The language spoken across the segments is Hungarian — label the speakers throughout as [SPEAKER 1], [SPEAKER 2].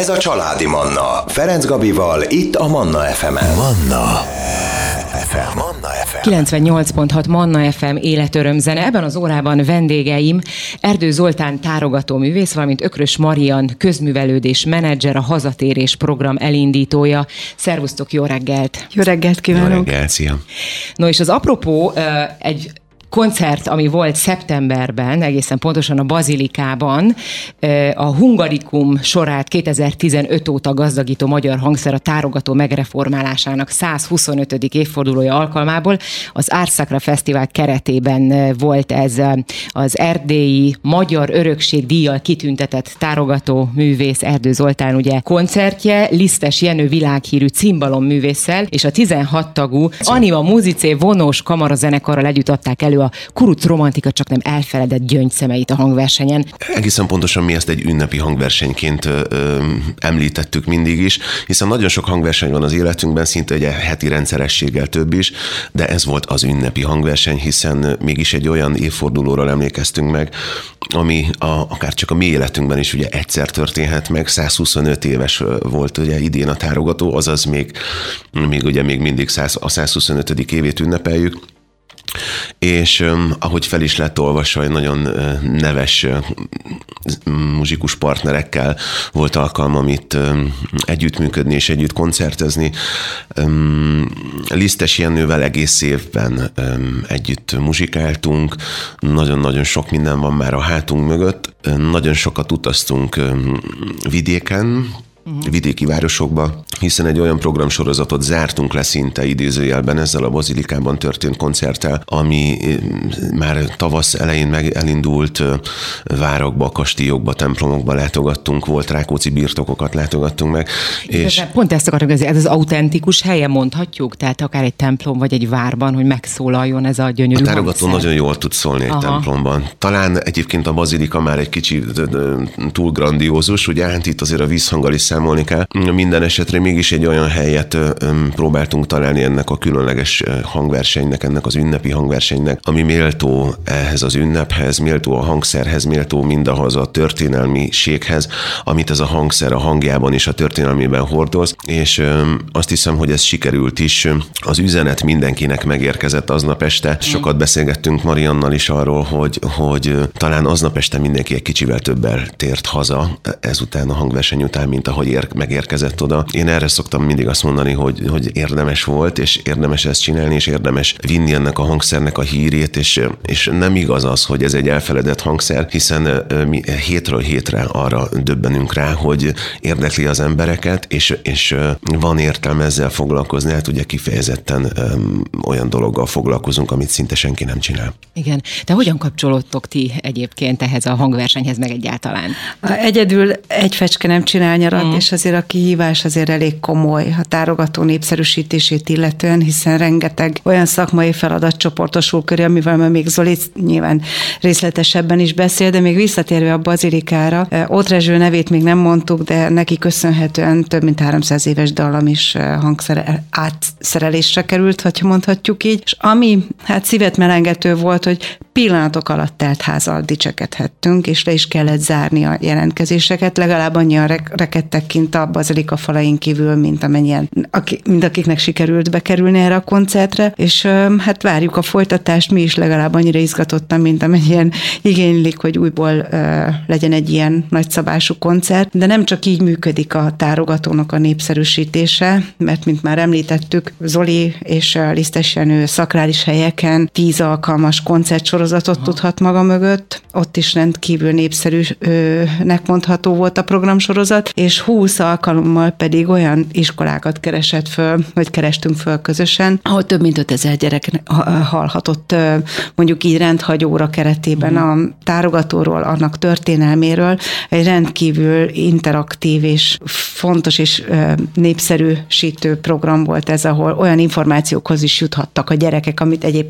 [SPEAKER 1] Ez a Családi Manna. Ferenc Gabival, itt a Manna FM-en. Manna FM.
[SPEAKER 2] 98.6 Manna FM életörömzene. Ebben az órában vendégeim Erdő Zoltán tárogatóművész, valamint Ökrös Marian közművelődés menedzser, a Hazatérés program elindítója. Szervusztok, jó reggelt!
[SPEAKER 3] Jó reggelt kívánok!
[SPEAKER 4] Jó reggelt, szia!
[SPEAKER 2] No és az apropó egy koncert, ami volt szeptemberben, egészen pontosan a Bazilikában, a Hungarikum sorát 2015 óta gazdagító magyar hangszer a tárogató megreformálásának 125. évfordulója alkalmából az Árszakra Fesztivál keretében volt ez az erdélyi Magyar Örökség díjjal kitüntetett tárogató művész Erdő Zoltán ugye koncertje, Lisztes Jenő világhírű cimbalom-művésszel és a 16 tagú Anima Musicé vonós kamarazenekarral együtt adták elő a Kuruc romantika csak nem elfeledett gyöngyszemeit a hangversenyen.
[SPEAKER 4] Egészen pontosan mi ezt egy ünnepi hangversenyként említettük mindig is, hiszen nagyon sok hangverseny van az életünkben, szinte egy heti rendszerességgel több is, de ez volt az ünnepi hangverseny, hiszen mégis egy olyan évfordulóra emlékeztünk meg, ami akár csak a mi életünkben is ugye egyszer történhet meg, 125 éves volt ugye idén a tárogató, azaz még mindig a 125. évét ünnepeljük. És ahogy fel is lett olvasva, egy nagyon neves muzsikus partnerekkel volt alkalmam itt együttműködni és együtt koncertezni. Lisztes Jenővel egész évben együtt muzsikáltunk, nagyon-nagyon sok minden van már a hátunk mögött, nagyon sokat utaztunk vidéken, vidéki városokba, hiszen egy olyan programsorozatot zártunk le szinte idézőjelben ezzel a Bazilikában történt koncerttel, ami már tavasz elején elindult, várokba, kastélyokba, templomokba látogattunk, volt Rákóczi birtokokat látogattunk meg.
[SPEAKER 2] És pont ezt akartam, ez az autentikus helye, mondhatjuk, tehát akár egy templom vagy egy várban, hogy megszólaljon ez a gyönyörű
[SPEAKER 4] A tárogató nagyon jól tud szólni egy templomban. Talán egyébként a Bazilika már egy kicsi túl grandiózus, ugye hát itt azért a vízhanggal is számolni kell. Minden esetre mégis egy olyan helyet próbáltunk találni ennek a különleges hangversenynek, ennek az ünnepi hangversenynek, ami méltó ehhez az ünnephez, méltó a hangszerhez, méltó mindahhoz a történelmiséghez, amit ez a hangszer a hangjában és a történelmében hordoz, és azt hiszem, hogy ez sikerült is. Az üzenet mindenkinek megérkezett aznap este. Sokat beszélgettünk Mariannal is arról, hogy talán aznap este mindenki egy kicsivel többel tért haza ezután a hangverseny után, mint ahogy megérkezett oda. Én erre szoktam mindig azt mondani, hogy érdemes volt, és érdemes ezt csinálni, és érdemes vinni ennek a hangszernek a hírét, és nem igaz az, hogy ez egy elfeledett hangszer, hiszen mi hétről hétre arra döbbenünk rá, hogy érdekli az embereket, és van értelme ezzel foglalkozni, hát ugye kifejezetten olyan dologgal foglalkozunk, amit szinte senki nem csinál.
[SPEAKER 2] Igen. De hogyan kapcsolódtok ti egyébként ehhez a hangversenyhez meg egyáltalán?
[SPEAKER 3] Egyedül egy fecske nem csinál nyarat, és azért a kihívás azért elég komoly a tárogató népszerűsítését illetően, hiszen rengeteg olyan szakmai feladat csoportosul köré, amivel még Zoli nyilván részletesebben is beszél, de még visszatérve a Bazilikára, Óth Rezső nevét még nem mondtuk, de neki köszönhetően több mint 300 éves dallam is átszerelésre került, ha mondhatjuk így, és ami hát szívet melengető volt, hogy pillanatok alatt telt házzal dicsekedhettünk, és le is kellett zárni a jelentkezéseket, legalább annyian rekedtek kint a Bazilika falain kívül, mint akiknek sikerült bekerülni erre a koncertre, és hát várjuk a folytatást, mi is legalább annyira izgatottan, mint amennyien igénylik, hogy újból legyen egy ilyen nagyszabású koncert, de nem csak így működik a tárogatónak a népszerűsítése, mert mint már említettük, Zoli és Lisztes Jenő szakrális helyeken 10 alkalmas koncertsorozatot tudhat maga mögött, ott is rendkívül népszerűnek mondható volt a programsorozat, és 20 alkalommal pedig olyan iskolákat kerestünk föl közösen, ahol több mint 5000 gyerek hallhatott mondjuk így rendhagyóra keretében a tárogatóról, annak történelméről. Egy rendkívül interaktív és fontos és népszerűsítő program volt ez, ahol olyan információkhoz is juthattak a gyerekek, amit egyébként a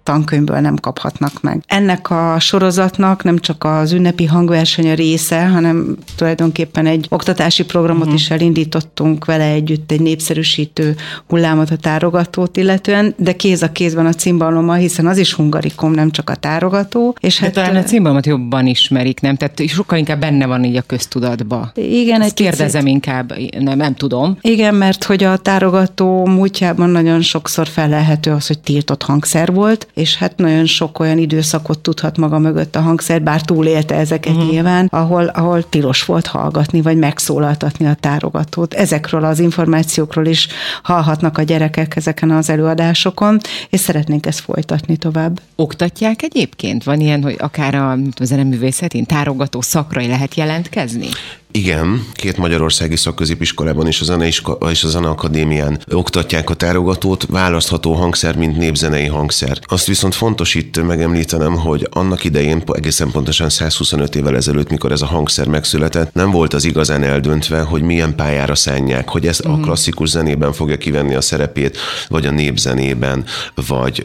[SPEAKER 3] tankönyvből nem kaphatnak meg. Ennek a sorozatnak nem csak az ünnepi hangverseny a része, hanem tulajdonképpen egy oktatási programot is elindítottunk vele együtt, egy népszerűsítő hullámot, a tárogatót illetően, de kéz a kézben a cimbalommal, hiszen az is hungarikum, nem csak a tárogató. És
[SPEAKER 2] de talán a cimbalomat jobban ismerik, nem? Tehát sokkal inkább benne van így a köztudatba.
[SPEAKER 3] Igen,
[SPEAKER 2] ezt kérdezem inkább, nem tudom.
[SPEAKER 3] Igen, mert hogy a tárogató múltjában nagyon sokszor felelhető az, hogy tiltott hangszer volt, és hát nagyon sok olyan időszakot tudhat maga mögött a hangszer, bár túlélte ezeket nyilván, ahol tilos volt hallgatni, vagy megszólaltatni a tárogatót. Ezekről az információkról is hallhatnak a gyerekek ezeken az előadásokon, és szeretnénk ezt folytatni tovább.
[SPEAKER 2] Oktatják egyébként? Van ilyen, hogy akár a zeneművészetén tárogató szakra lehet jelentkezni?
[SPEAKER 4] Igen, 2 magyarországi szakközépiskolában és a Zeneakadémián oktatják a tárogatót, választható hangszer, mint népzenei hangszer. Azt viszont fontos itt megemlítenem, hogy annak idején, egészen pontosan 125 évvel ezelőtt, mikor ez a hangszer megszületett, nem volt az igazán eldöntve, hogy milyen pályára szánják, hogy ez a klasszikus zenében fogja kivenni a szerepét, vagy a népzenében, vagy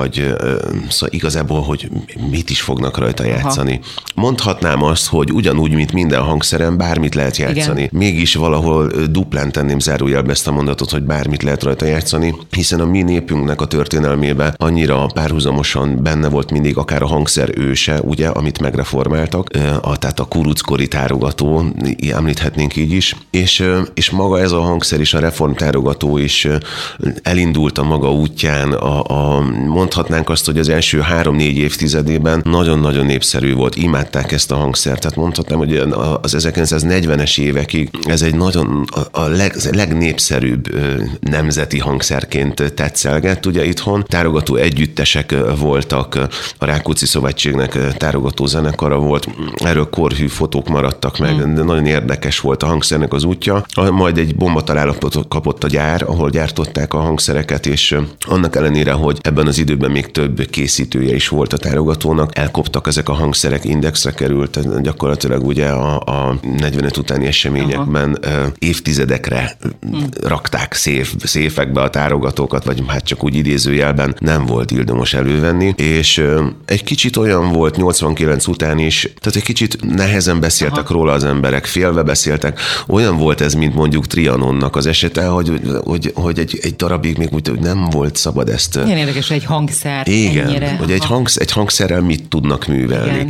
[SPEAKER 4] szóval igazából, hogy mit is fognak rajta játszani. Mondhatnám azt, hogy ugyanúgy, mint minden hangszeren, bármit lehet játszani. Igen. Mégis valahol duplán tenném zárójelbe ezt a mondatot, hogy bármit lehet rajta játszani, hiszen a mi népünknek a történelmében annyira párhuzamosan benne volt mindig akár a hangszer őse, ugye, amit megreformáltak, tehát a kuruckori tárogató, említhetnénk így is, és maga ez a hangszer is, a reformtárogató is elindult a maga útján, mondhatnánk azt, hogy az első 3-4 évtizedében nagyon-nagyon népszerű volt, imádták ezt a hangszert, tehát mondhatnám, hogy az 1940-es évekig ez egy nagyon a legnépszerűbb nemzeti hangszerként tetszelgett, ugye itthon. Tárogató együttesek voltak, a Rákóczi Szövetségnek tárogató zenekara volt, erről korhű fotók maradtak meg, de nagyon érdekes volt a hangszernek az útja. Majd egy bombatalálatot kapott a gyár, ahol gyártották a hangszereket, és annak ellenére, hogy ebben az időben még több készítője is volt a tárogatónak, elkoptak ezek a hangszerek, indexre került, gyakorlatilag ugye a 45 utáni eseményekben évtizedekre rakták széfekbe a tárogatókat, vagy hát csak úgy idézőjelben nem volt ildomos elővenni, és egy kicsit olyan volt 89 után is, tehát egy kicsit nehezen beszéltek róla az emberek, félve beszéltek, olyan volt ez, mint mondjuk Trianonnak az esete, hogy egy darabig még úgy, hogy nem volt szabad ezt.
[SPEAKER 2] Ilyen érdekes, hogy egy hangszer
[SPEAKER 4] igen,
[SPEAKER 2] ennyire.
[SPEAKER 4] Hogy egy hangszerrel mit tudnak művelni.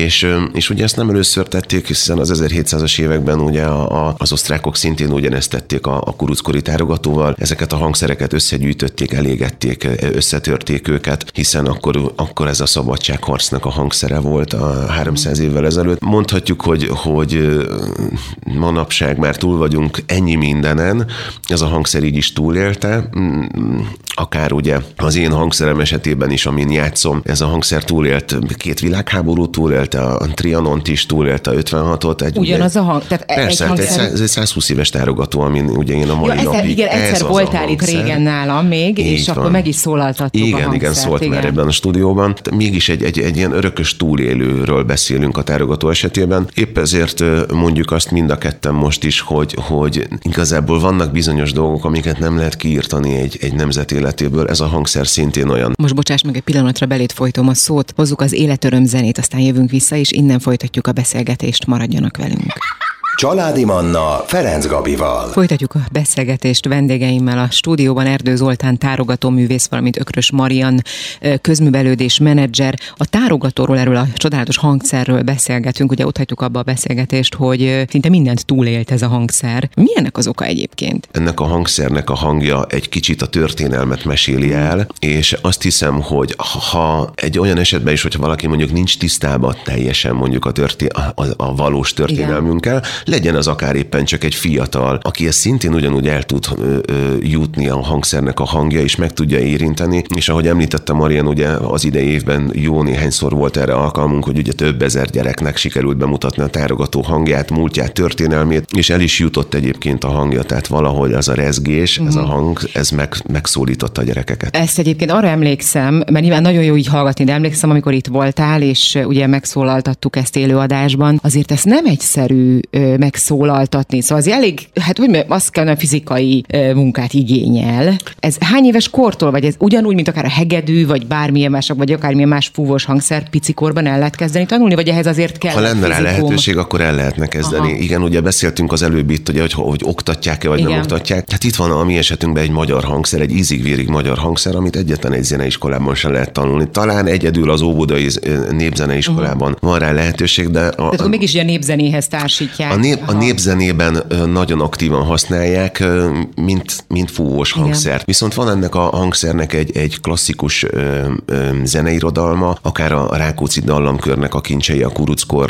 [SPEAKER 4] És ugye ezt nem először tették, hiszen az 1700-as években ugye az osztrákok szintén ugyanezt tették a kuruckori tárogatóval, ezeket a hangszereket összegyűjtötték, elégették, összetörték őket, hiszen akkor ez a szabadságharcnak a hangszere volt a 300 évvel ezelőtt. Mondhatjuk, hogy manapság már túl vagyunk ennyi mindenen, ez a hangszer így is túlélte, akár ugye az én hangszerem esetében is, amin játszom, ez a hangszer túlélt 2 világháborút, túlélte a Trianont is, túlélte a 56-ot.
[SPEAKER 2] Ugyanaz a hang?
[SPEAKER 4] Tehát persze, ez egy 120 éves tárogató, amin ugye én a mai napig.
[SPEAKER 2] Igen, egyszer voltál itt régen nálam még, így és van. Akkor meg is szólaltattuk a hangszert.
[SPEAKER 4] Igen, szólt már ebben a stúdióban. Mégis egy ilyen örökös túlélőről beszélünk a tárogató esetében. Épp ezért mondjuk azt mind a ketten most is, hogy igazából vannak bizonyos dolgok, amiket nem lehet kiírtani egy nemzet életéből. Ez a hangszer szintén olyan.
[SPEAKER 2] Most bocsáss meg, egy pillanatra belét folytom a szót, hozzuk az életöröm zenét, aztán jövünk vissza, és innen folytatjuk a beszélgetést, maradjanak velünk.
[SPEAKER 1] Családi Manna Ferenc Gabival.
[SPEAKER 2] Folytatjuk a beszélgetést vendégeimmel a stúdióban. Erdő Zoltán tárogatóművész, valamint Ökrös Marian közművelődés menedzser. A tárogatóról, erről a csodálatos hangszerről beszélgetünk. Ugye ott hagytuk abba a beszélgetést, hogy szinte mindent túlélt ez a hangszer. Mi ennek az oka egyébként?
[SPEAKER 4] Ennek a hangszernek a hangja egy kicsit a történelmet meséli el, és azt hiszem, hogy ha egy olyan esetben is, hogyha valaki mondjuk nincs tisztában teljesen mondjuk a valós történelmünkkel, legyen az akár éppen csak egy fiatal, aki ezt szintén ugyanúgy el tud jutni a hangszernek a hangja, és meg tudja érinteni, és ahogy említette Marian, ugye az idei évben jó néhányszor volt erre alkalmunk, hogy ugye több ezer gyereknek sikerült bemutatni a tárogató hangját, múltját, történelmét, és el is jutott egyébként a hangja, tehát valahogy ez a rezgés, ez a hang, ez megszólította a gyerekeket.
[SPEAKER 2] Ezt egyébként arra emlékszem, mert nyilván nagyon jó így hallgatni, de emlékszem, amikor itt voltál, és ugye megszólaltattuk ezt élőadásban, azért ez nem egyszerű megszólaltatni. Szóval az elég, hát hogy azt kellene fizikai munkát igényel. Ez hány éves kortól, vagy ez ugyanúgy, mint akár a hegedű, vagy bármilyen más, vagy akármilyen más fúvós hangszer picikorban el lehet kezdeni tanulni, vagy ehhez azért kell?
[SPEAKER 4] Ha lenne rá lehetőség, akkor el lehetne kezdeni. Aha. Igen, ugye beszéltünk az előbb itt, ugye, hogy oktatják-e, vagy nem oktatják. Tehát itt van a mi esetünkben egy magyar hangszer, egy ízig-vérig magyar hangszer, amit egyetlen egy zeneiskolában sem lehet tanulni. Talán egyedül az óbudai népzeneiskolában van rá lehetőség, de...
[SPEAKER 2] Tehát akkor mégis a népzenéhez társítják.
[SPEAKER 4] A népzenében nagyon aktívan használják, mint fúvós hangszert. Viszont van ennek a hangszernek egy klasszikus zeneirodalma, akár a Rákóczi dallamkörnek a kincsei, a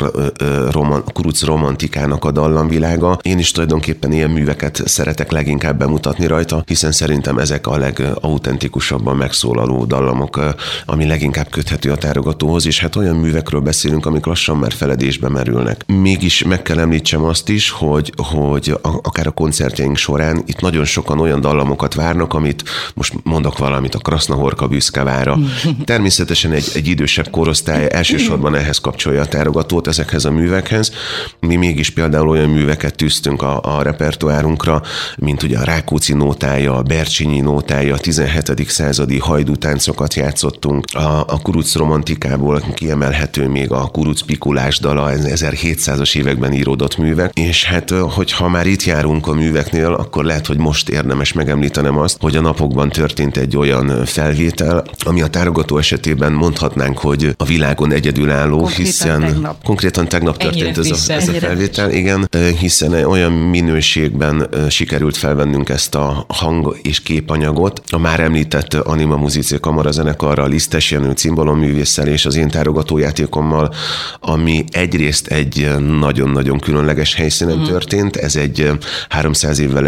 [SPEAKER 4] kuruc romantikának a dallamvilága. Én is tulajdonképpen ilyen műveket szeretek leginkább bemutatni rajta, hiszen szerintem ezek a legauthentikusabban megszólaló dallamok, ami leginkább köthető a tárogatóhoz, és hát olyan művekről beszélünk, amik lassan már feledésbe merülnek. Mégis meg kell említsem azt is, hogy akár a koncertjeink során itt nagyon sokan olyan dallamokat várnak, amit most mondok valamit, a Krasznahorka büszkevára. Természetesen egy idősebb korosztály elsősorban ehhez kapcsolja a tárogatót, ezekhez a művekhez. Mi mégis például olyan műveket tűztünk a repertoárunkra, mint ugye a Rákóczi nótája, a Bercsényi nótája, a 17. századi hajdútáncokat játszottunk. A kuruc romantikából kiemelhető még a kuruc pikulás dala, 1700-as években íródott művek, és hát, hogyha már itt járunk a műveknél, akkor lehet, hogy most érdemes megemlítenem azt, hogy a napokban történt egy olyan felvétel, ami a tárogató esetében mondhatnánk, hogy a világon egyedülálló, hiszen konkrétan tegnap történt ez a felvétel, igen, hiszen olyan minőségben sikerült felvennünk ezt a hang- és képanyagot. A már említett Anima Musicae kamarazenekarral, Lisztes Jenő cimbalomművésszel és az én tárogatójátékommal, ami egyrészt egy nagyon-nagyon különleges helyszínen történt. Ez egy 300 évvel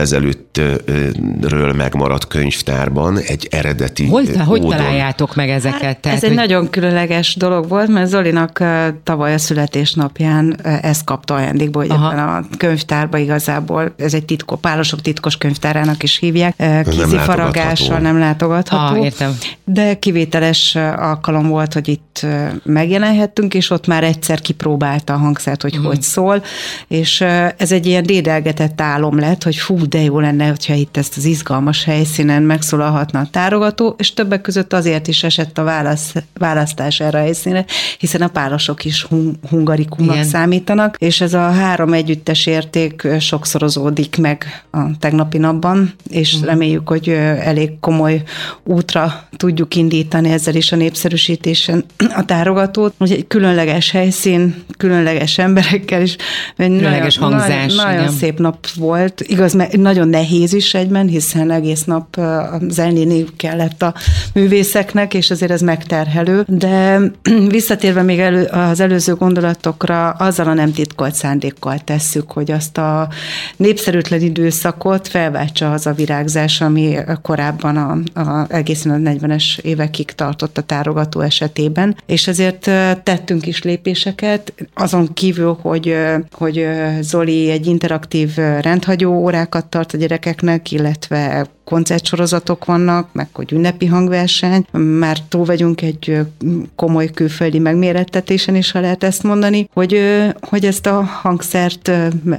[SPEAKER 4] ezelőttről megmaradt könyvtárban, egy eredeti
[SPEAKER 2] Hogy találjátok meg ezeket?
[SPEAKER 3] Ez egy nagyon különleges dolog volt, mert Zolinak tavaly a születésnapján ezt kapta ajándékból, hogy ebben a könyvtárban igazából, ez egy Pálosok titkos könyvtárának is hívják, kézifaragással nem látogatható.
[SPEAKER 2] Értem.
[SPEAKER 3] De kivételes alkalom volt, hogy itt megjelenhettünk, és ott már egyszer kipróbálta a hangszert, hogy szól, és ez egy ilyen dédelgetett álom lett, hogy fú, de jó lenne, hogyha itt ezt az izgalmas helyszínen megszólalhatna a tárogató, és többek között azért is esett a választás erre a helyszínre, hiszen a Pálosok is hungarikumnak számítanak, és ez a 3 együttes érték sokszorozódik meg a tegnapi napban, és reméljük, hogy elég komoly útra tudjuk indítani ezzel is a népszerűsítésen a tárogatót. Ugye egy különleges helyszín, különleges emberekkel is.
[SPEAKER 2] Különleges hangzás.
[SPEAKER 3] Nagyon szép nap volt. Igaz, nagyon nehéz is egyben, hiszen egész nap zenélniük kellett a művészeknek, és azért ez megterhelő. De visszatérve még az előző gondolatokra, azzal a nem titkolt szándékkal tesszük, hogy azt a népszerűtlen időszakot felváltsa az a virágzás, ami korábban egészen a 40-es évekig tartott a tárogató esetében, és ezért tettünk is lépéseket, azon kívül, hogy Zoli egy interaktív rendhagyó órákat tart a gyerekeknek, illetve koncertsorozatok vannak, meg hogy ünnepi hangverseny. Már túl vagyunk egy komoly külföldi megmérettetésen is, ha lehet ezt mondani, hogy ezt a hangszert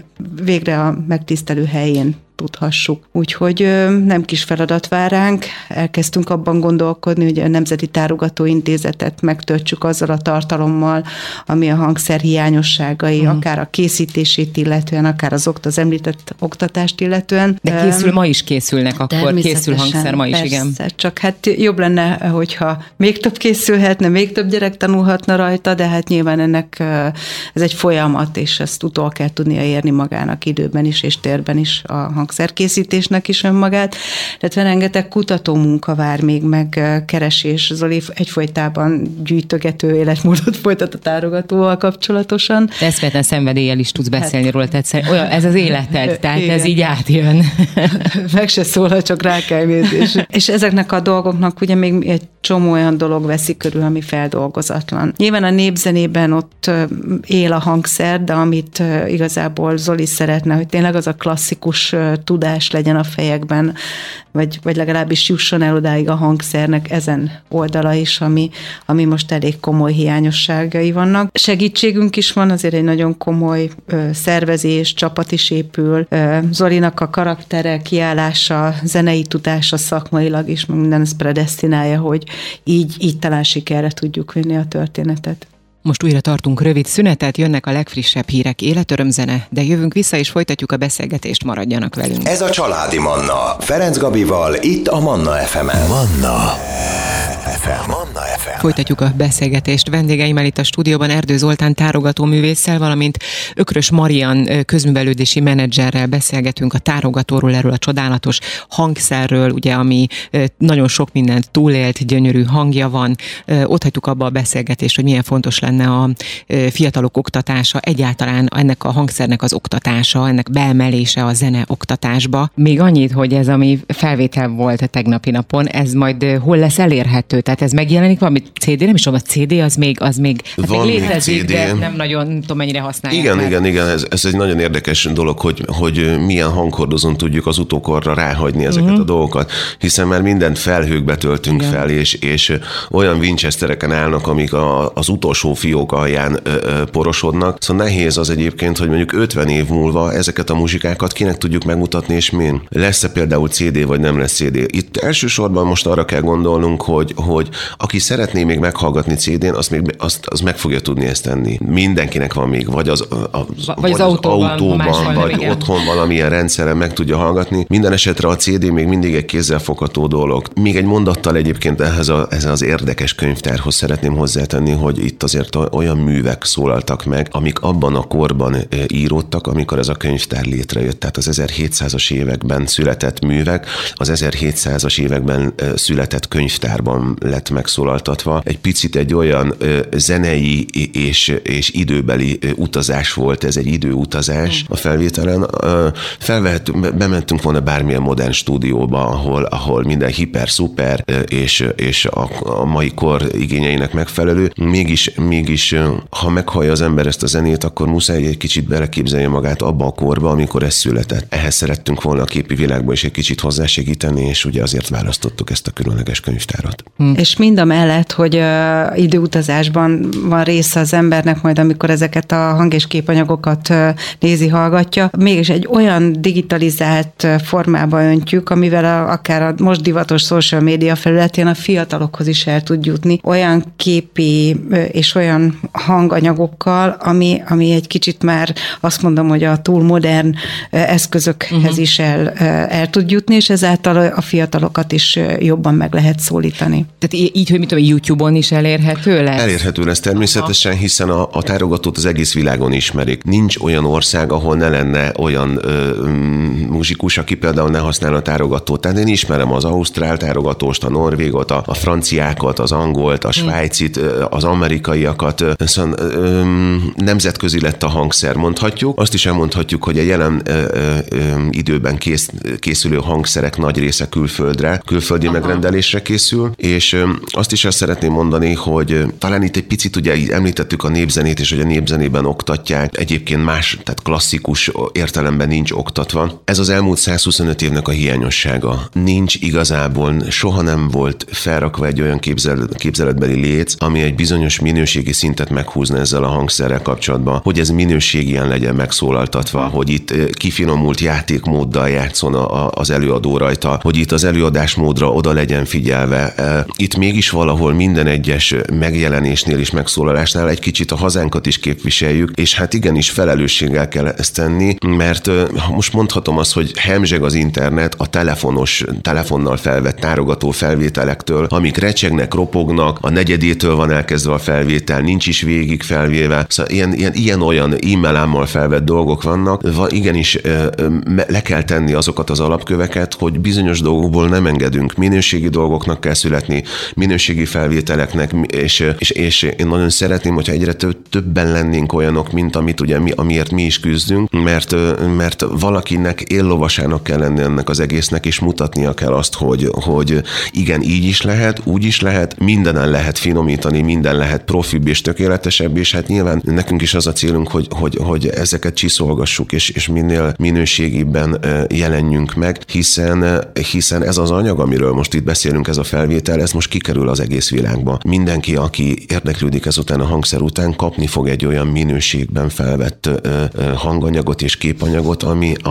[SPEAKER 3] végre a megtisztelő helyén tudhassuk. Úgyhogy nem kis feladat vár ránk. Elkezdtünk abban gondolkodni, hogy a Nemzeti Tárogató Intézetet megtöltsük azzal a tartalommal, ami a hangszer hiányosságai, akár a készítését illetően, akár az említett oktatást illetően.
[SPEAKER 2] De ma is készülnek, akkor készül hangszer ma is, persze, igen.
[SPEAKER 3] Csak hát jobb lenne, hogyha még több készülhetne, még több gyerek tanulhatna rajta, de hát nyilván ennek ez egy folyamat, és ezt utol kell tudnia érni magának időben is, és térben is a hangszerkészítésnek is önmagát. Tehát rengeteg kutatómunka vár még, meg keresés. Zoli egyfolytában gyűjtögető életmódot folytat a tárogatóval kapcsolatosan.
[SPEAKER 2] De eszméletlen szenvedéllyel is tudsz beszélni róla, tehát ez az életed, tehát igen. Ez így átjön.
[SPEAKER 3] Meg se szól a arra csak rá kell nézni. És ezeknek a dolgoknak ugye még egy csomó olyan dolog veszi körül, ami feldolgozatlan. Nyilván a népzenében ott él a hangszer, de amit igazából Zoli szeretne, hogy tényleg az a klasszikus tudás legyen a fejekben, vagy legalábbis jusson el odáig a hangszernek ezen oldala is, ami most elég komoly hiányosságai vannak. Segítségünk is van, azért egy nagyon komoly szervezés, csapat is épül. Zolinak a karaktere, kiállása, zenei tudása szakmailag is minden ezt predesztinálja, hogy így talán sikerre tudjuk vinni a történetet.
[SPEAKER 2] Most újra tartunk rövid szünetet, jönnek a legfrissebb hírek, életörömzene, de jövünk vissza és folytatjuk a beszélgetést, maradjanak velünk.
[SPEAKER 1] Ez a Családi Manna, Ferenc Gabival, itt a Manna FM-en. Manna FM.
[SPEAKER 2] Folytatjuk a beszélgetést. Vendégeimmel itt a stúdióban Erdő Zoltán tárogatóművésszel, valamint Ökrös Marian közművelődési menedzserrel beszélgetünk a tárogatóról, erről a csodálatos hangszerről, ugye, ami nagyon sok mindent túlélt, gyönyörű hangja van. Ott hagytuk abba a beszélgetést, hogy milyen fontos lenne a fiatalok oktatása, egyáltalán ennek a hangszernek az oktatása, ennek beemelése a zene oktatásba. Még annyit, hogy ez, ami felvétel volt a tegnapi napon, ez majd hol lesz elérhető? Tehát ez megjelenik valami CD, nem is tudom, a CD az még létezik, de nem nagyon tudom, mennyire használják.
[SPEAKER 4] Igen, ez egy nagyon érdekes dolog, hogy milyen hanghordozón tudjuk az utókorra ráhagyni ezeket a dolgokat, hiszen már mindent felhőkbe töltünk fel, és olyan Winchestereken állnak, amik az utolsó fiók alján porosodnak. Szóval nehéz az egyébként, hogy mondjuk 50 év múlva ezeket a muzsikákat kinek tudjuk megmutatni, és min. Lesz-e például CD, vagy nem lesz CD? Itt elsősorban most arra kell gondolnunk, hogy aki szeretné még meghallgatni CD-n, az meg fogja tudni ezt tenni. Mindenkinek van még, vagy az autóban vagy otthon valamilyen rendszeren meg tudja hallgatni. Minden esetre a CD még mindig egy kézzelfogható dolog. Még egy mondattal egyébként ehhez az érdekes könyvtárhoz szeretném hozzátenni, hogy itt azért olyan művek szólaltak meg, amik abban a korban íródtak, amikor ez a könyvtár létrejött. Tehát az 1700-as években született művek, az 1700-as években született könyvtárban lett megszólaltatva. Egy picit egy olyan zenei és időbeli utazás volt, ez egy időutazás a felvételen. Bementünk volna bármilyen modern stúdióba, ahol minden hiper-szuper és a mai kor igényeinek megfelelő. Mégis, ha meghallja az ember ezt a zenét, akkor muszáj egy kicsit beleképzelje magát abba a korba, amikor ez született. Ehhez szerettünk volna a képi világba is egy kicsit hozzásegíteni, és ugye azért választottuk ezt a különleges könyvtárat.
[SPEAKER 3] És mind a mellett, hogy időutazásban van része az embernek, majd amikor ezeket a hang- és képanyagokat nézi, hallgatja, mégis egy olyan digitalizált formába öntjük, amivel akár a most divatos social média felületén a fiatalokhoz is el tud jutni, olyan képi és olyan hanganyagokkal, ami egy kicsit már azt mondom, hogy a túl modern eszközökhez is el tud jutni, és ezáltal a fiatalokat is jobban meg lehet szólítani.
[SPEAKER 2] Tehát így, hogy mit tudom, YouTube-on is elérhető lesz?
[SPEAKER 4] Elérhető lesz természetesen, hiszen a tárogatót az egész világon ismerik. Nincs olyan ország, ahol ne lenne olyan muzsikus, aki például ne használna a tárogatót. Tehát én ismerem az ausztrál tárogatóst, a norvégot, a franciákat, az angolt, a svájcit, az amerikaiakat. Szóval nemzetközi lett a hangszer, mondhatjuk. Azt is elmondhatjuk, hogy a jelen időben készülő hangszerek nagy része külföldi megrendelésre készül, és azt is szeretném mondani, hogy talán itt egy picit ugye említettük a népzenét, és hogy a népzenében oktatják, egyébként más, tehát klasszikus értelemben nincs oktatva. Ez az elmúlt 125 évnek a hiányossága. Nincs igazából, soha nem volt felrakva egy olyan képzeletbeli léc, ami egy bizonyos minőségi szintet meghúzna ezzel a hangszerrel kapcsolatban, hogy ez minőségien legyen megszólaltatva, hogy itt kifinomult játékmóddal játszon az előadó rajta, hogy itt az előadásmódra oda legyen figyelve. Itt mégis valahol minden egyes megjelenésnél és megszólalásnál egy kicsit a hazánkat is képviseljük, és hát igenis felelősséggel kell ezt tenni, mert most mondhatom azt, hogy hemzseg az internet a telefonnal felvett tárogató felvételektől, amik recsegnek, ropognak, a negyedétől van elkezdve a felvétel, nincs is végig felvéve, szóval ilyen-olyan e-mailámmal felvett dolgok vannak, igenis le kell tenni azokat az alapköveket, hogy bizonyos dolgokból nem engedünk, minőségi dolgoknak kell születni, minőségi felvételeknek, és én nagyon szeretném, hogyha egyre többen lennénk olyanok, mint amit ugye amiért mi is küzdünk, mert valakinek éllovasának kell lenni ennek az egésznek, és mutatnia kell azt, hogy igen, így is lehet, úgy is lehet, mindenen lehet finomítani, minden lehet profibb és tökéletesebb, és hát nyilván nekünk is az a célunk, hogy ezeket csiszolgassuk, és minél minőségibben jelenjünk meg, hiszen ez az anyag, amiről most itt beszélünk, ez a felvétel, ez most kikerül az egész világba. Mindenki, aki érdeklődik ezután a hangszer után, kapni fog egy olyan minőségben felvett hanganyagot és képanyagot,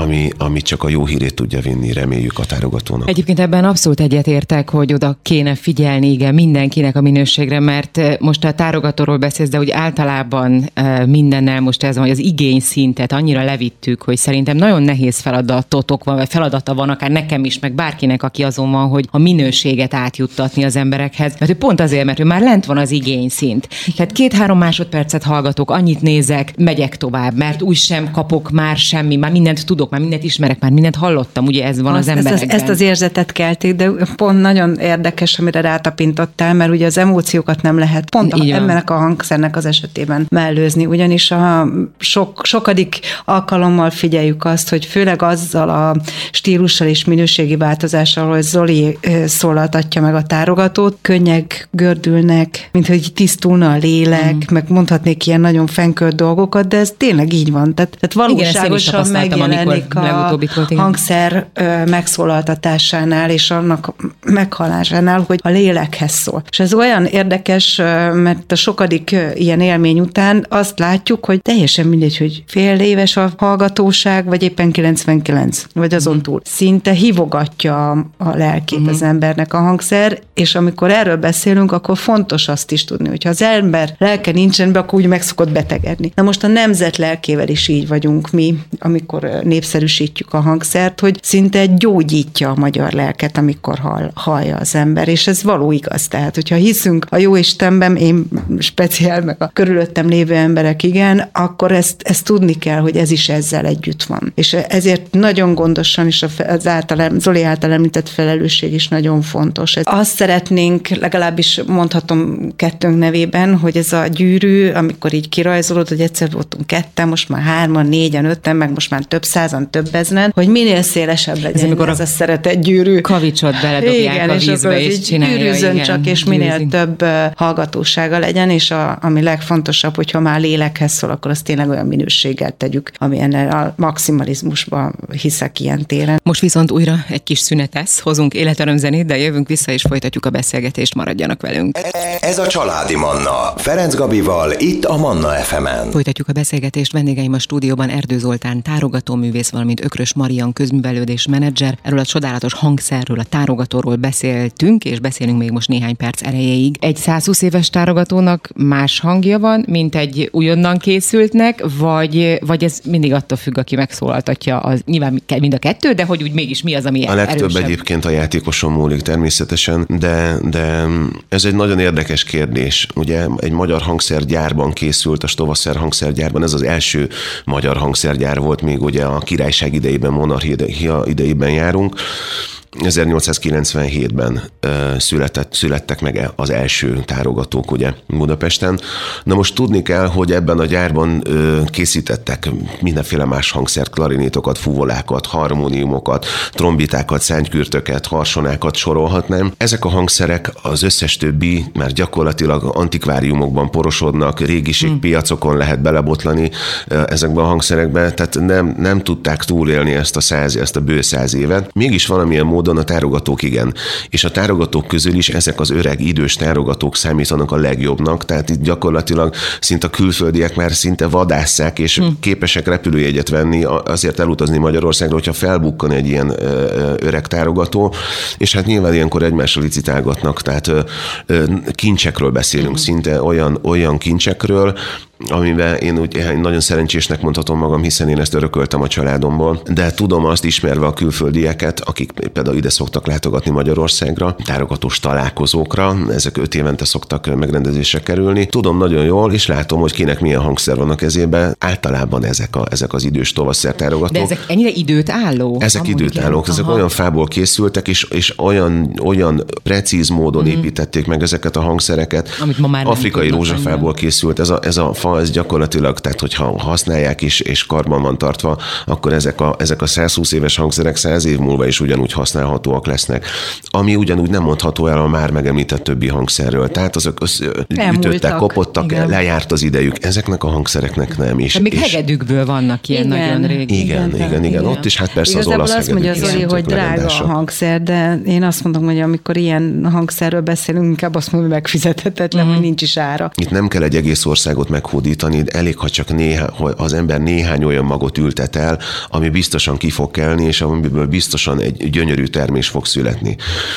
[SPEAKER 4] ami csak a jó hírét tudja vinni, reméljük a tárogatónak.
[SPEAKER 2] Egyébként ebben abszolút egyetértek, hogy oda kéne figyelni, igen, mindenkinek a minőségre, mert most a tárogatóról beszélsz, de úgy általában mindennel most ez van, hogy az igényszintet annyira levittük, hogy szerintem nagyon nehéz feladatotok van, vagy feladata van akár nekem is, meg bárkinek, aki azon van, hogy a minőséget átjuttatni az emberekhez. Mert pont azért, mert már lent van az igényszint. Tehát 2-3 másodpercet hallgatok, annyit nézek, megyek tovább, mert úgy sem kapok már semmi, már mindent tudok, már mindent ismerek, már mindent hallottam, ugye ez van az emberekben.
[SPEAKER 3] Ezt az érzetet kelti, de pont nagyon érdekes, amire rátapintottál, mert ugye az emóciókat nem lehet pont ennek a hangszernek az esetében mellőzni, ugyanis a sokadik alkalommal figyeljük azt, hogy főleg azzal a stílussal és minőségi változással, hogy Zoli szólaltatja meg a tárogatót, könnyek gördülnek, mint hogy tisztulna a lélek, meg mondhatnék ilyen nagyon fenkölt dolgokat, de ez tényleg így van. Tehát valóságosan megjelenik a hangszer megszólaltatásánál és annak meghallásánál, hogy a lélekhez szól. És ez olyan érdekes, mert a sokadik ilyen élmény után azt látjuk, hogy teljesen mindegy, hogy fél éves a hallgatóság, vagy éppen 99, vagy azon túl. Szinte hívogatja a lelkét az embernek a hangszer, és amikor erről beszélünk, akkor fontos azt is tudni, hogy ha az ember lelke nincsen be, akkor úgy meg szokott betegedni. Na most a nemzet lelkével is így vagyunk mi, amikor népszerűsítjük a hangszert, hogy szinte gyógyítja a magyar lelket, amikor hallja az ember, és ez való igaz. Tehát, hogyha hiszünk a jó Istenben, én speciál, meg a körülöttem lévő emberek igen, akkor ezt tudni kell, hogy ez is ezzel együtt van. És ezért nagyon gondosan, és Zoli által említett felelősség is nagyon fontos. Azt szeretnénk, legalábbis mondhatom kettőnk nevében, hogy ez a gyűrű, amikor így kirajzolod, hogy egyszer voltunk 2, most már 3, 4, 5, meg most már több százan, több ezren, hogy minél szélesebb legyen ez a szeretett gyűrű.
[SPEAKER 2] Kavicsot beledobják igen, a vízbe, és csinálja.
[SPEAKER 3] Gyűrűzön igen, csak, és minél több hallgatósága legyen, és ami legfontosabb, hogyha már lélekhez szól, akkor azt tényleg olyan minőséggel tegyük, ami ennél a maximalizmusban hiszek ilyen téren.
[SPEAKER 2] Most viszont újra egy kis szünetesz, hozunk életörömzenét, de jövünk vissza, és folytatjuk a beszélgetést, maradjanak velünk.
[SPEAKER 1] Ez a Családi Manna, Ferenc Gabival, itt a Manna FM-en.
[SPEAKER 2] Folytatjuk a beszélgetést, vendégeim a stúdióban Erdő Zoltán tárogatóművész, valamint Ökrös Marian közművelődés menedzser. Erről a csodálatos hangszerről, a tárogatóról beszéltünk, és beszélünk még most néhány perc erejéig. Egy 120 éves tárogatónak más hangja van, mint egy újonnan készültnek, vagy ez mindig attól függ, aki megszólaltatja, nyilván mind a kettő, de hogy úgy mégis mi az, ami
[SPEAKER 4] a legtöbb
[SPEAKER 2] erősebb?
[SPEAKER 4] Egyébként a játékoson múlik természetesen, de ez egy nagyon érdekes kérdés. Ugye egy magyar hangszergyárban készült, a Stovasser hangszergyárban, ez az első magyar hangszergyár volt, még ugye a királyság idejében, monarchia idejében járunk. 1897-ben születtek meg az első tárogatók ugye Budapesten. Na most tudni kell, hogy ebben a gyárban készítettek mindenféle más hangszert, klarinétokat, fuvolákat, harmóniumokat, trombitákat, szánykürtöket, harsonákat sorolhatnám. Ezek a hangszerek az összes többi már gyakorlatilag antikváriumokban porosodnak, régiségpiacokon lehet belebotlani ezekbe a hangszerekbe, tehát nem tudták túlélni ezt a bő 100 évet. Mégis valamilyen módon a tárogatók igen. És a tárogatók közül is ezek az öreg, idős tárogatók számítanak a legjobbnak, tehát itt gyakorlatilag szinte a külföldiek már szinte vadásszák, és képesek repülőjegyet venni, azért elutazni Magyarországra, hogyha felbukkan egy ilyen öreg tárogató, és hát nyilván ilyenkor egymással licitálgatnak, tehát kincsekről beszélünk, szinte olyan kincsekről, amiben én úgy nagyon szerencsésnek mondhatom magam, hiszen én ezt örököltem a családomból, de tudom azt, ismerve a külföldieket, akik például ide szoktak látogatni Magyarországra, tárogatós találkozókra, ezek 5 évente szoktak megrendezésre kerülni. Tudom nagyon jól, és látom, hogy kinek milyen hangszer van a kezében. Általában ezek az idős tovasszertárogatók.
[SPEAKER 2] De ezek ennyire időtálló?
[SPEAKER 4] Ezek időtállók, ezek olyan fából készültek, és olyan precíz módon építették meg ezeket a hangszereket.
[SPEAKER 2] Amit ma már
[SPEAKER 4] afrikai rózsafából készült. Ez a fa, ez gyakorlatilag, tehát hogyha használják és karban van tartva, akkor ezek a 120 éves hangszerek 100 év múlva is ugyanúgy használhatóak lesznek. Ami ugyanúgy nem mondható el a már megemlített többi hangszerről. Tehát azok ütöttek, kopottak, igen. Lejárt az idejük. Ezeknek a hangszereknek nem is.
[SPEAKER 2] De még hegedűkből vannak ilyen nagyon régi.
[SPEAKER 4] Igen. Ott is hát persze
[SPEAKER 3] igazából
[SPEAKER 4] az olasz
[SPEAKER 3] azt mondja Zoli, hogy drága a hangszer, de én azt mondom, hogy amikor ilyen hangszerről beszélünk, inkább azt mondom, hogy megfizethetetlen, hogy nincs is ára.
[SPEAKER 4] Itt nem kell egy egész országot meghódítani, elég, ha csak az ember néhány olyan magot ültet el, ami biztosan ki fog kelni, és amiből biztosan egy gyönyörű termés fog születni.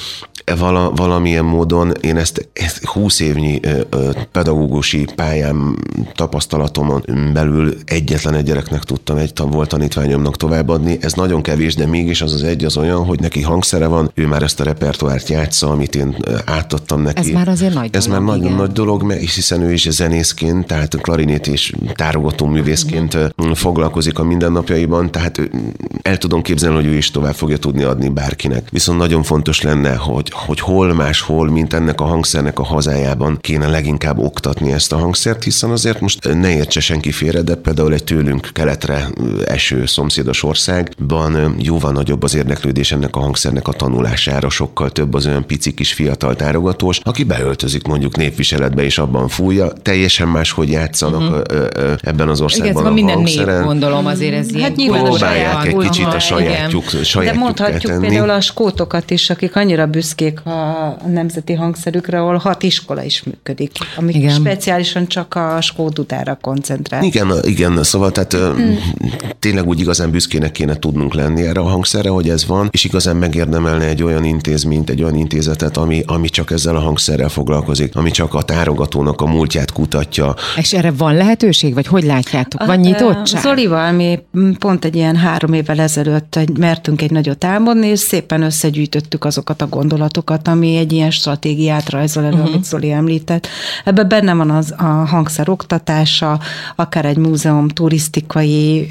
[SPEAKER 4] Valamilyen módon én ezt 20 évnyi pedagógusi pályám tapasztalatomon belül egyetlen egy gyereknek tudtam, volt tanítványomnak továbbadni. Ez nagyon kevés, de mégis az olyan, hogy neki hangszere van, ő már ezt a repertoárt játsza, amit én átadtam neki.
[SPEAKER 2] Ez már azért nagy dolog.
[SPEAKER 4] Ez már nagyon nagy dolog, hiszen ő is zenészként, tehát klarinét és tárogató művészként foglalkozik a mindennapjaiban, tehát el tudom képzelni, hogy ő is tovább fogja tudni adni bárkinek. Viszont nagyon fontos lenne, hogy hol máshol, mint ennek a hangszernek a hazájában kéne leginkább oktatni ezt a hangszert, hiszen azért most ne értse senki félre, de például egy tőlünk keletre eső szomszédos országban jóval nagyobb az érdeklődés ennek a hangszernek a tanulására, sokkal több az olyan pici kis fiatal tárogatós, aki beöltözik mondjuk népviseletbe és abban fújja, teljesen máshogy játszanak ebben az országban.
[SPEAKER 2] Igen, minden nép, gondolom, azért ez ilyen
[SPEAKER 4] próbálják egy kicsit a sajátjuk
[SPEAKER 3] de mondhatjuk tenni. Például a skótokat is, akik annyira büszkék a nemzeti hangszerükre, ahol 6 iskola is működik, amik speciálisan csak a skót dudára koncentrál.
[SPEAKER 4] Igen, szóval tehát tényleg úgy igazán büszkének kéne tudnunk lenni erre a hangszerre, hogy ez van, és igazán megérdemelne egy olyan intézményt, egy olyan intézetet, ami csak ezzel a hangszerrel foglalkozik, ami csak a tárogatónak a múltját kutatja.
[SPEAKER 2] És erre van lehetőség, vagy hogy látjátok? Van nyitottság?
[SPEAKER 3] Zolival mi pont egy ilyen 3 évvel ezelőtt mertünk egy nagyot álmodni, és szépen összegyűjtöttük azokat a gondolatokat, ami egy ilyen stratégiát rajzol elő, amit Zoli említett. Ebben benne van a hangszer oktatása, akár egy múzeum turisztikai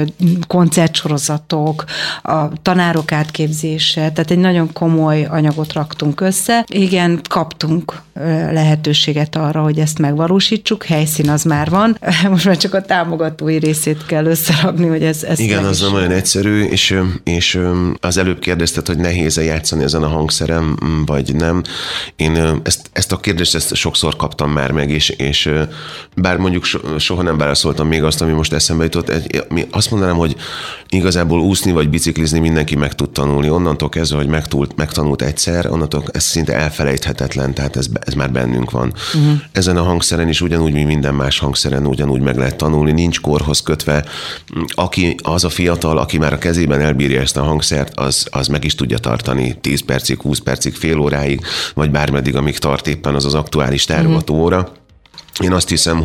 [SPEAKER 3] koncertsorozatok, a tanárok átképzése, tehát egy nagyon komoly anyagot raktunk össze. Igen, kaptunk lehetőséget arra, hogy ezt megvalósítsuk, helyszín az már van, most már csak a támogatói részét kell összerakni, hogy ez
[SPEAKER 4] igen, az nem olyan egyszerű, és az előbb kérdezted, hogy nehéz-e játszani ezen a hangszerem, vagy nem. Én ezt a kérdést sokszor kaptam már meg, és bár mondjuk soha nem válaszoltam még azt, ami most eszembe jutott, azt mondanám, hogy igazából úszni vagy biciklizni mindenki meg tud tanulni. Onnantól kezdve, hogy megtanult egyszer, onnantól ez szinte elfelejthetetlen, tehát ez már bennünk van. Ezen a hangszeren is ugyanúgy, mint minden más hangszeren ugyanúgy meg lehet tanulni, nincs korhoz kötve. Az a fiatal, aki már a kezében elbírja ezt a hangszert, az meg is tudja tartani 10 percig, 20 percig, fél óráig, vagy bármeddig, amíg tart éppen az aktuális tárogató óra. Én azt hiszem,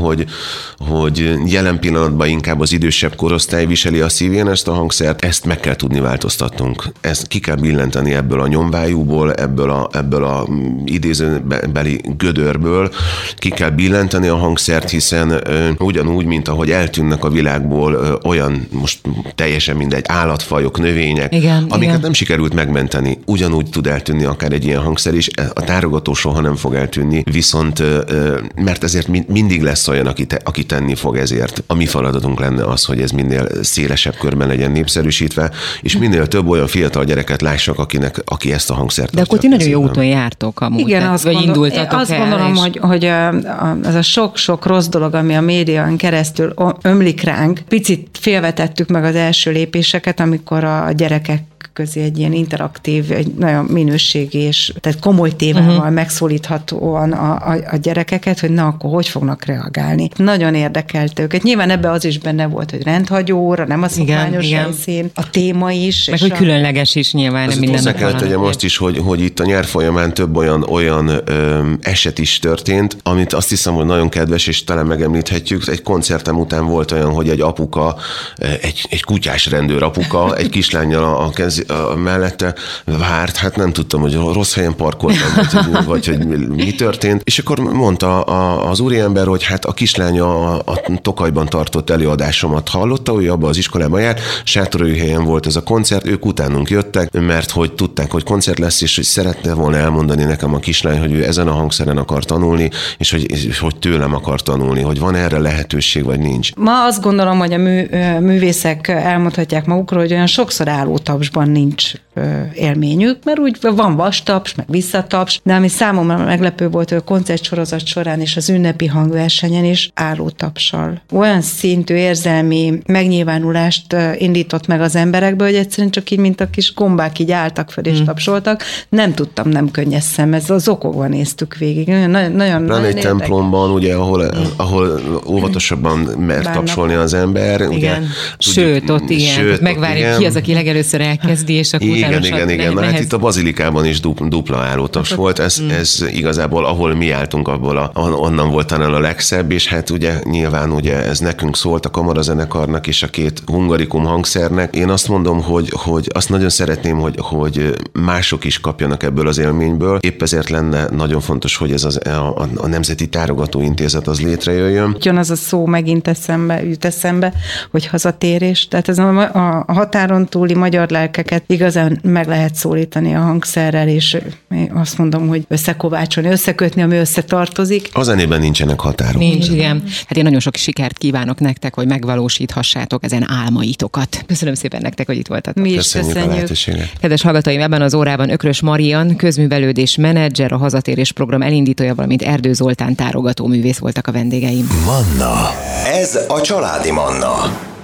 [SPEAKER 4] hogy jelen pillanatban inkább az idősebb korosztály viseli a szívén ezt a hangszert, ezt meg kell tudni változtatnunk. Ezt ki kell billenteni ebből a nyomvájúból, ebből a idézőbeli gödörből, ki kell billenteni a hangszert, hiszen ugyanúgy, mint ahogy eltűnnek a világból olyan, most teljesen mindegy, állatfajok, növények, amiket nem sikerült megmenteni, ugyanúgy tud eltűnni akár egy ilyen hangszer is. A tárogató soha nem fog eltűnni, viszont mert ezért mindig lesz olyan, aki tenni fog ezért. A mi feladatunk lenne az, hogy ez minél szélesebb körben legyen népszerűsítve, és minél több olyan fiatal gyereket lássak, aki ezt a hangszert.
[SPEAKER 2] De akkor ti nagyon jó úton jártok amúgy.
[SPEAKER 3] Igen, azt gondolom, hogy ez a sok-sok rossz dolog, ami a médián keresztül ömlik ránk, picit félvetettük meg az első lépéseket, amikor a gyerekek közé egy ilyen interaktív, egy nagyon minőségi és tehát komoly témával megszólíthatóan a gyerekeket, hogy na, akkor hogy fognak reagálni. Nagyon érdekelte őket. Nyilván ebbe az is benne volt, hogy rendhagyóra, nem a szokványos helyszín, a téma is.
[SPEAKER 2] Meg hogy különleges is nyilván.
[SPEAKER 4] Nem minden. Hozzá kell tegyem azt is, hogy itt a nyár folyamán több olyan eset is történt, amit azt hiszem, hogy nagyon kedves, és talán megemlíthetjük. Egy koncertem után volt olyan, hogy egy apuka, egy kutyás rendőr apuka, egy kislánnyal a mellette várt, hát nem tudtam, hogy rossz helyen parkoltam, vagy hogy mi történt. És akkor mondta az úriember, hogy hát a kislánya a Tokajban tartott előadásomat hallotta, ő abban az iskolában járt, Sátoraljahelyen volt ez a koncert, ők utánunk jöttek, mert hogy tudták, hogy koncert lesz, és hogy szeretne volna elmondani nekem a kislány, hogy ő ezen a hangszeren akar tanulni, és hogy tőlem akar tanulni, hogy van erre lehetőség, vagy nincs.
[SPEAKER 3] Ma azt gondolom, hogy a művészek elmondhatják magukról, hogy olyan sokszor állótapsban nincs élményük, mert úgy van vastaps, meg visszataps, de ami számomra meglepő volt, hogy a koncertsorozat során és az ünnepi hangversenyen is állótapssal. Olyan szintű érzelmi megnyilvánulást indított meg az emberekből, hogy egyszerűen csak így, mint a kis gombák így álltak fel és tapsoltak. Nem tudtam nem könnyes szem, ez az okokban néztük végig. Nagyon
[SPEAKER 4] egy templomban, ugye, ahol óvatosabban mert tapsolni az ember.
[SPEAKER 2] Igen.
[SPEAKER 4] Ugye,
[SPEAKER 2] sőt, ott igen. Megvárjuk, ki az, aki legelőször elkezdi, és akkor
[SPEAKER 4] igen. Na, hát itt a bazilikában is dupla állótaps volt. Ez igazából, ahol mi álltunk, onnan volt talán a legszebb, és hát ugye nyilván ugye ez nekünk szólt, a kamarazenekarnak és a két hungarikum hangszernek. Én azt mondom, hogy azt nagyon szeretném, hogy mások is kapjanak ebből az élményből. Épp ezért lenne nagyon fontos, hogy ez a Nemzeti Tárogató Intézet az létrejöjjön.
[SPEAKER 3] Jön az a szó megint jut eszembe, hogy hazatérés. Tehát ez a határon túli magyar lelkeket igazán meg lehet szólítani a hangszerrel, és azt mondom, hogy összekovácsolni, összekötni, ami összetartozik.
[SPEAKER 4] A zenében nincsenek határok.
[SPEAKER 2] Nincs, igen. Hát én nagyon sok sikert kívánok nektek, hogy megvalósíthassátok ezen álmaitokat. Köszönöm szépen nektek, hogy itt voltatok.
[SPEAKER 3] Mi is köszönjük.
[SPEAKER 2] Kedves hallgatóim, ebben az órában Ökrös Marian, közművelődés menedzser, a hazatérés program elindítója, valamint Erdő Zoltán tárogató művész voltak a vendégeim.
[SPEAKER 1] Manna. Ez a Családi Manna.